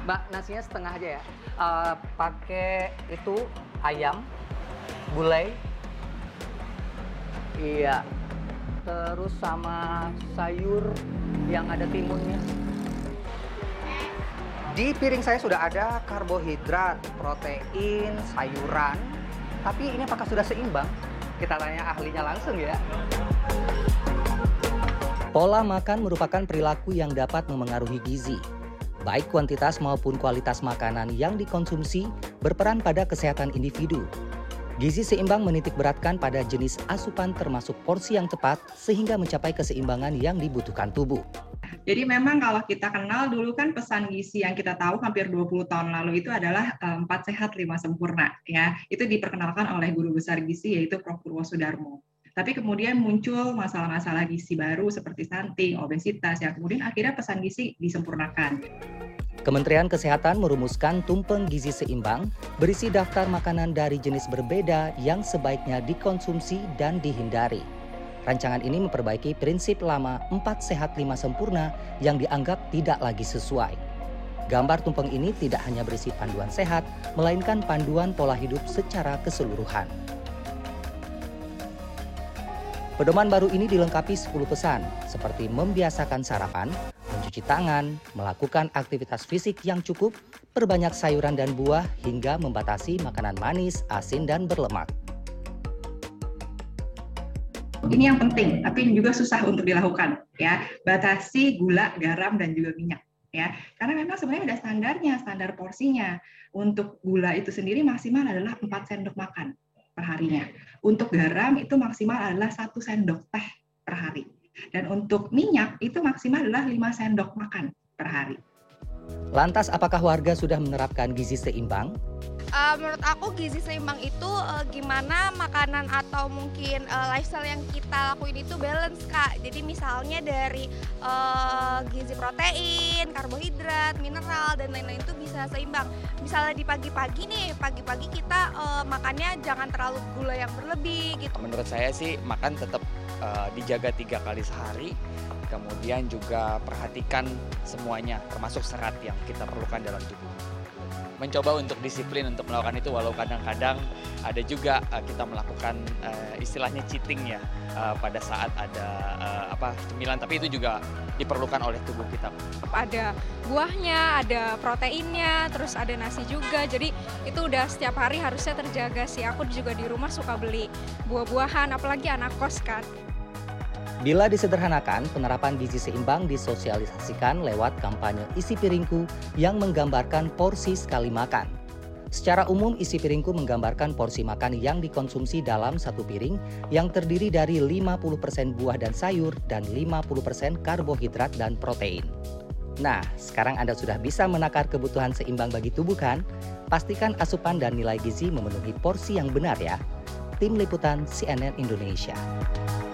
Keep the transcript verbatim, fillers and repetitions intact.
Mbak, nasinya setengah aja ya. Eh, pakai itu ayam, gulai, iya. Terus sama sayur yang ada timunnya. Di piring saya sudah ada karbohidrat, protein, sayuran. Tapi ini apakah sudah seimbang? Kita tanya ahlinya langsung ya. Pola makan merupakan perilaku yang dapat memengaruhi gizi. Baik kuantitas maupun kualitas makanan yang dikonsumsi berperan pada kesehatan individu. Gizi seimbang menitik beratkan pada jenis asupan termasuk porsi yang tepat sehingga mencapai keseimbangan yang dibutuhkan tubuh. Jadi memang kalau kita kenal dulu kan pesan gizi yang kita tahu hampir dua puluh tahun lalu itu adalah empat sehat lima sempurna ya. Itu diperkenalkan oleh guru besar gizi yaitu Prof Purwosudarmo. Tapi kemudian muncul masalah-masalah gizi baru seperti stunting, obesitas yang kemudian akhirnya pesan gizi disempurnakan. Kementerian Kesehatan merumuskan tumpeng gizi seimbang berisi daftar makanan dari jenis berbeda yang sebaiknya dikonsumsi dan dihindari. Rancangan ini memperbaiki prinsip lama empat sehat lima sempurna yang dianggap tidak lagi sesuai. Gambar tumpeng ini tidak hanya berisi panduan sehat, melainkan panduan pola hidup secara keseluruhan. Pedoman baru ini dilengkapi sepuluh pesan, seperti membiasakan sarapan, mencuci tangan, melakukan aktivitas fisik yang cukup, perbanyak sayuran dan buah, hingga membatasi makanan manis, asin, dan berlemak. Ini yang penting, tapi juga susah untuk dilakukan, ya. Batasi gula, garam, dan juga minyak, ya. Karena memang sebenarnya ada standarnya, standar porsinya. Untuk gula itu sendiri maksimal adalah empat sendok makan per harinya. Untuk garam itu maksimal adalah satu sendok teh per hari. Dan untuk minyak itu maksimal adalah lima sendok makan per hari. Lantas apakah warga sudah menerapkan gizi seimbang? Uh, menurut aku gizi seimbang itu uh, gimana makanan atau mungkin uh, lifestyle yang kita lakuin itu balance, Kak. Jadi misalnya dari uh, gizi protein, karbohidrat, mineral, dan lain-lain itu bisa seimbang. Misalnya di pagi-pagi nih, pagi-pagi kita uh, makannya jangan terlalu gula yang berlebih gitu. Menurut saya sih makan tetap uh, dijaga tiga kali sehari. Kemudian juga perhatikan semuanya, termasuk serat yang kita perlukan dalam tubuh. Mencoba untuk disiplin untuk melakukan itu, walau kadang-kadang ada juga uh, kita melakukan uh, istilahnya cheating ya uh, pada saat ada uh, apa cemilan, tapi itu juga diperlukan oleh tubuh kita. Ada buahnya, ada proteinnya, terus ada nasi juga, jadi itu udah setiap hari harusnya terjaga sih. Aku juga di rumah suka beli buah-buahan, apalagi anak kos kan. Bila disederhanakan, penerapan gizi seimbang disosialisasikan lewat kampanye Isi Piringku yang menggambarkan porsi sekali makan. Secara umum, Isi Piringku menggambarkan porsi makan yang dikonsumsi dalam satu piring yang terdiri dari lima puluh persen buah dan sayur dan lima puluh persen karbohidrat dan protein. Nah, sekarang Anda sudah bisa menakar kebutuhan seimbang bagi tubuh kan? Pastikan asupan dan nilai gizi memenuhi porsi yang benar ya. Tim Liputan C N N Indonesia.